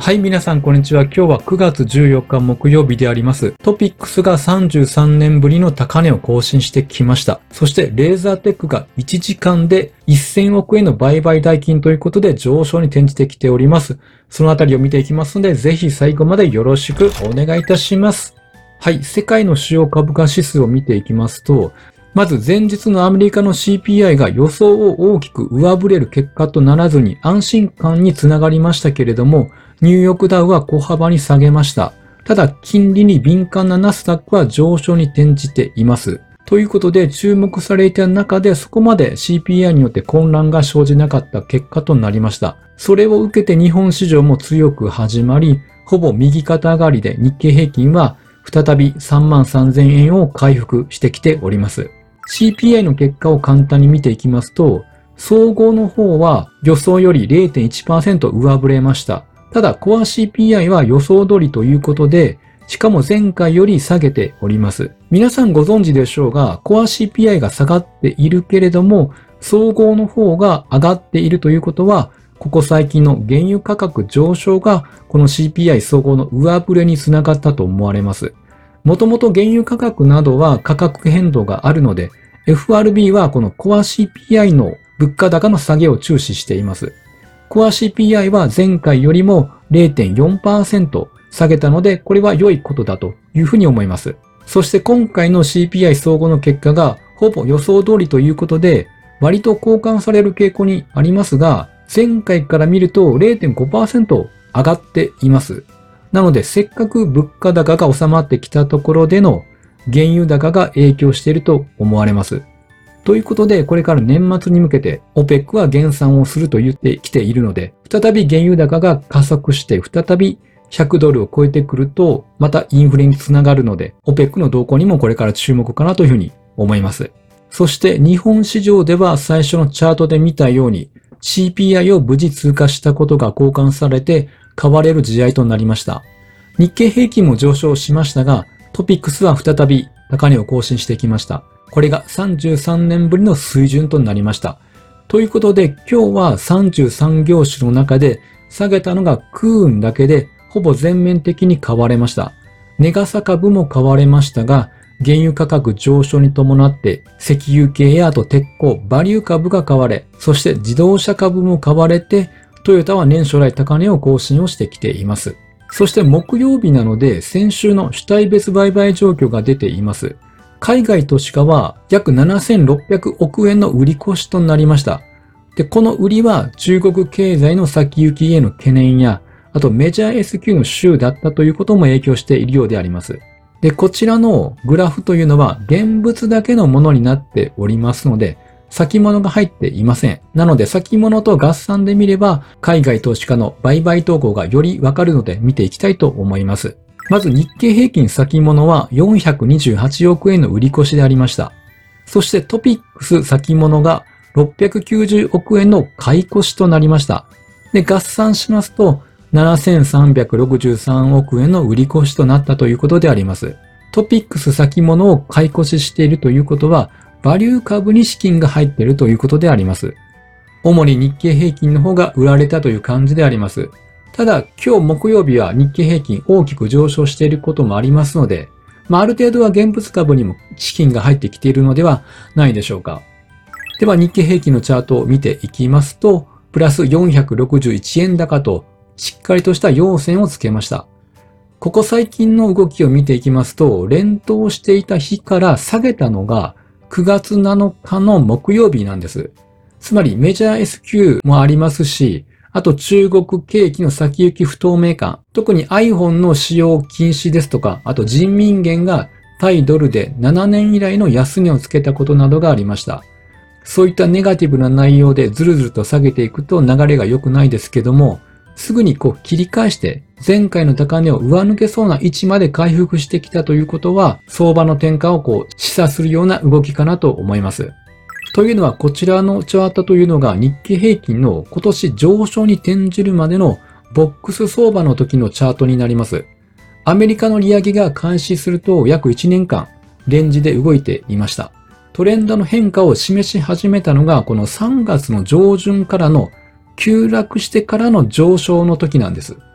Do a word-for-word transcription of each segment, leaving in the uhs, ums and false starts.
はい、皆さん、こんにちは。今日はくがつじゅうよっか木曜日であります。トピックスがさんじゅうさんねんぶりの高値を更新してきました。そして、レーザーテックがいちじかんでせんおくえんの売買代金ということで上昇に転じてきております。そのあたりを見ていきますので、ぜひ最後までよろしくお願いいたします。はい、世界の主要株価指数を見ていきますと、まず前日のアメリカの シーピーアイ が予想を大きく上振れる結果とならずに安心感につながりましたけれども、ニューヨークダウは小幅に下げました。ただ、金利に敏感なナスダックは上昇に転じています。ということで、注目されていた中でそこまで シーピーアイ によって混乱が生じなかった結果となりました。それを受けて日本市場も強く始まり、ほぼ右肩上がりで日経平均は再びさんまんさんぜんえんを回復してきております。シーピーアイ の結果を簡単に見ていきますと、総合の方は予想より れいてんいちパーセント 上振れました。ただ、コア シーピーアイ は予想通りということで、しかも前回より下げております。皆さんご存知でしょうが、コア シーピーアイ が下がっているけれども、総合の方が上がっているということは、ここ最近の原油価格上昇が、この シーピーアイ 総合の上振れにつながったと思われます。もともと原油価格などは価格変動があるので、エフアールビー はこのコア シーピーアイ の物価高の下げを注視しています。コア シーピーアイ は前回よりも れいてんよんパーセント 下げたので、これは良いことだというふうに思います。そして今回の シーピーアイ 総合の結果がほぼ予想通りということで、割と交換される傾向にありますが、前回から見ると れいてんごパーセント 上がっています。なので、せっかく物価高が収まってきたところでの原油高が影響していると思われます。ということで、これから年末に向けて オペック は減産をすると言ってきているので、再び原油高が加速して再びひゃくドルを超えてくると、またインフレにつながるので、オペック の動向にもこれから注目かなというふうに思います。そして日本市場では最初のチャートで見たように シーピーアイ を無事通過したことが交換されて買われる試合となりました。日経平均も上昇しましたが、トピックスは再び高値を更新してきました。これがさんじゅうさんねんぶりの水準となりました。ということで今日はさんじゅうさん業種の中で下げたのがクーンだけでほぼ全面的に買われました。ネガサ株も買われましたが、原油価格上昇に伴って石油系やあと鉄鋼、バリュー株が買われ、そして自動車株も買われて、トヨタは年初来高値を更新をしてきています。そして木曜日なので先週の主体別売買状況が出ています。海外投資家は約ななせんろっぴゃくおくえんの売り越しとなりました。で、この売りは中国経済の先行きへの懸念や、あとメジャー エスキュー の週だったということも影響しているようであります。で、こちらのグラフというのは現物だけのものになっておりますので、先物が入っていません。なので先物と合算で見れば、海外投資家の売買動向がよりわかるので見ていきたいと思います。まず日経平均先物はよんひゃくにじゅうはちおくえんの売り越しでありました。そしてトピックス先物がろっぴゃくきゅうじゅうおくえんの買い越しとなりました。で、合算しますとななせんさんびゃくろくじゅうさんおくえんの売り越しとなったということであります。トピックス先物を買い越ししているということは、バリュー株に資金が入っているということであります。主に日経平均の方が売られたという感じであります。ただ、今日木曜日は日経平均大きく上昇していることもありますので、まあ、ある程度は現物株にも資金が入ってきているのではないでしょうか。では、日経平均のチャートを見ていきますと、プラスよんひゃくろくじゅういちえん高と、しっかりとした陽線をつけました。ここ最近の動きを見ていきますと、連投していた日から下げたのがくがつなのかの木曜日なんです。つまりメジャー エスキュー もありますし、あと中国景気の先行き不透明感、特に iPhone の使用禁止ですとか、あと人民元が対ドルでななねん以来の安値をつけたことなどがありました。そういったネガティブな内容でずるずると下げていくと流れが良くないですけども、すぐにこう切り返して前回の高値を上抜けそうな位置まで回復してきたということは、相場の転換をこう示唆するような動きかなと思います。というのはこちらのチャートというのが日経平均の今年上昇に転じるまでのボックス相場の時のチャートになります。アメリカの利上げが開始すると約いちねんかんレンジで動いていました。トレンドの変化を示し始めたのがこのさんがつの上旬からの急落してからの上昇の時なんです。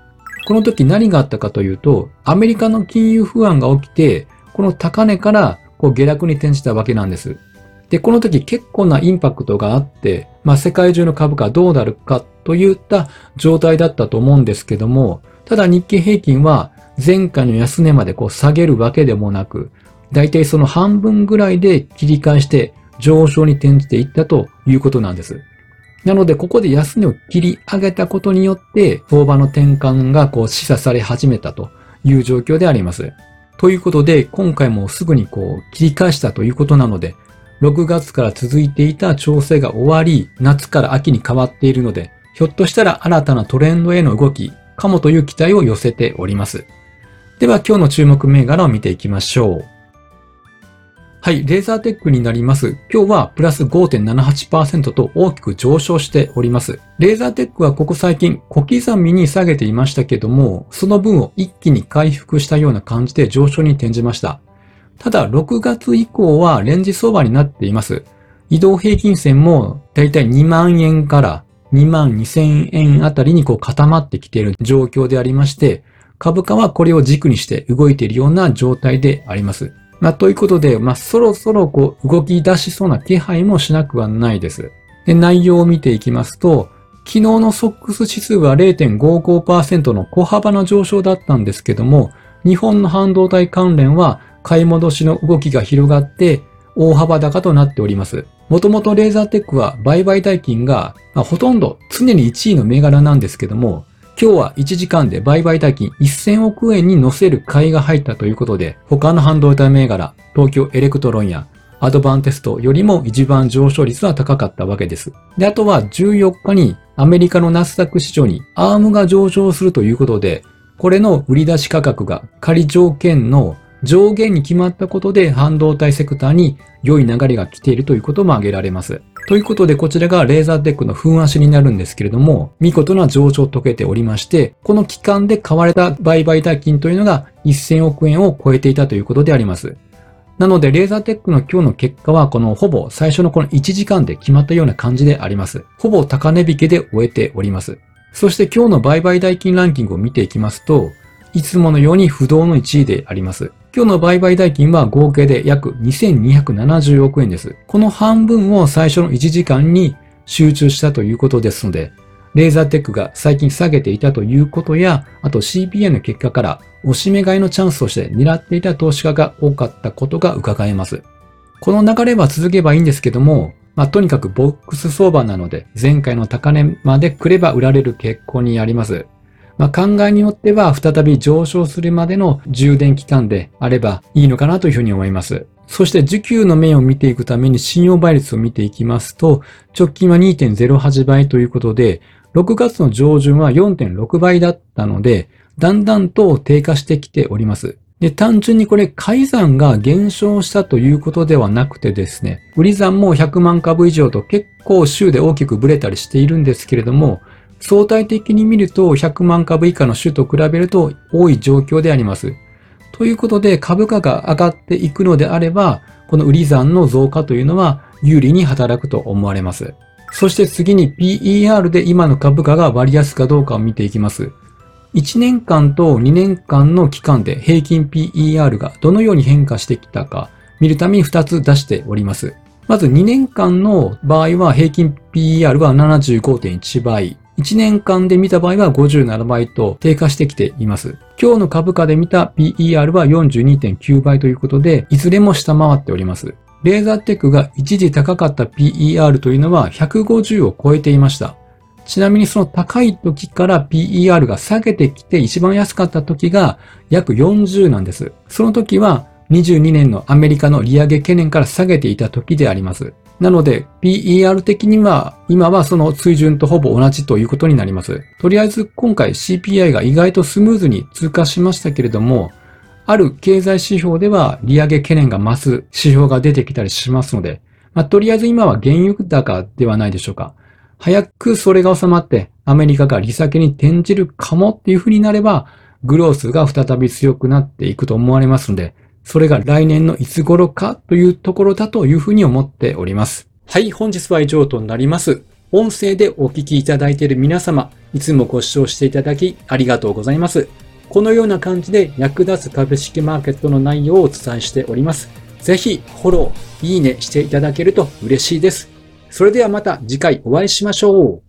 この時何があったかというと、アメリカの金融不安が起きて、この高値からこう下落に転じたわけなんです。で、この時結構なインパクトがあって、まあ世界中の株価どうなるかといった状態だったと思うんですけども、ただ日経平均は前回の安値までこう下げるわけでもなく、だいたいその半分ぐらいで切り返して上昇に転じていったということなんです。なので、ここで安値を切り上げたことによって、相場の転換がこう示唆され始めたという状況であります。ということで、今回もすぐにこう切り返したということなので、ろくがつから続いていた調整が終わり、夏から秋に変わっているので、ひょっとしたら新たなトレンドへの動きかもという期待を寄せております。では今日の注目銘柄を見ていきましょう。はい、レーザーテックになります。今日はプラス ごてんななはちパーセント と大きく上昇しております。レーザーテックはここ最近小刻みに下げていましたけども、その分を一気に回復したような感じで上昇に転じました。ただろくがつ以降はレンジ相場になっています。移動平均線もだいたいにまんえんからにまんにせんえんあたりにこう固まってきている状況でありまして、株価はこれを軸にして動いているような状態であります。まあ、ということで、まあ、そろそろこう動き出しそうな気配もしなくはないです。で、内容を見ていきますと、昨日のソックス指数は れいてんごごパーセント の小幅な上昇だったんですけども、日本の半導体関連は買い戻しの動きが広がって大幅高となっております。もともとレーザーテックは売買代金が、まあ、ほとんど常にいちいの銘柄なんですけども、今日はいちじかんで売買代金せんおくえんに乗せる買いが入ったということで、他の半導体銘柄、東京エレクトロンやアドバンテストよりも一番上昇率は高かったわけです。で、あとはじゅうよっかにアメリカのナスダック市場にアームが上場するということで、これの売り出し価格が仮条件の上限に決まったことで半導体セクターに良い流れが来ているということも挙げられます。ということでこちらがレーザーテックの分足になるんですけれども、見事な上昇を遂げておりまして、この期間で買われた売買代金というのがせんおくえんを超えていたということであります。なのでレーザーテックの今日の結果はこのほぼ最初のこのいちじかんで決まったような感じであります。ほぼ高値引けで終えております。そして今日の売買代金ランキングを見ていきますと、いつものように不動のいちいであります。今日の売買代金は合計で約にせんにひゃくななじゅうおくえんです。この半分を最初のいちじかんに集中したということですので、レーザーテックが最近下げていたということや、あと シーピーアイ の結果から押し目買いのチャンスとして狙っていた投資家が多かったことが伺えます。この流れは続けばいいんですけども、まあ、とにかくボックス相場なので、前回の高値まで来れば売られる傾向にあります。まあ、考えによっては再び上昇するまでの充電期間であればいいのかなというふうに思います。そして需給の面を見ていくために信用倍率を見ていきますと、直近は にてんゼロはち 倍ということで、ろくがつの上旬は よんてんろく 倍だったので、だんだんと低下してきております。で、単純にこれ買い算が減少したということではなくてですね、売り算もひゃくまんかぶ以上と結構週で大きくブレたりしているんですけれども、相対的に見るとひゃくまんかぶ以下の週と比べると多い状況であります。ということで株価が上がっていくのであれば、この売り算の増加というのは有利に働くと思われます。そして次に ピーイーアール で今の株価が割安かどうかを見ていきます。いちねんかんとにねんかんの期間で平均 ピーイーアール がどのように変化してきたか見るためにふたつ出しております。まずにねんかんの場合は平均 ピーイーアール は ななじゅうごてんいち 倍。いちねんかんで見た場合はごじゅうななばいと低下してきています。今日の株価で見た ピーイーアール は よんじゅうにてんきゅう 倍ということで、いずれも下回っております。レーザーテックが一時高かった ピーイーアール というのはひゃくごじゅうを超えていました。ちなみにその高い時から ピーイーアール が下げてきて一番安かった時が約よんじゅうなんです。その時はにじゅうにねんのアメリカの利上げ懸念から下げていた時であります。なので ピーイーアール 的には今はその水準とほぼ同じということになります。とりあえず今回 シーピーアイ が意外とスムーズに通過しましたけれども、ある経済指標では利上げ懸念が増す指標が出てきたりしますので、まあ、とりあえず今は原油高ではないでしょうか。早くそれが収まってアメリカが利下げに転じるかもっていうふうになれば、グロースが再び強くなっていくと思われますので、それが来年のいつ頃かというところだというふうに思っております。はい、本日は以上となります。 音声でお聞きいただいている皆様、いつもご視聴していただきありがとうございます。このような感じで役立つ株式マーケットの内容をお伝えしております。ぜひフォロー、いいねしていただけると嬉しいです。それではまた次回お会いしましょう。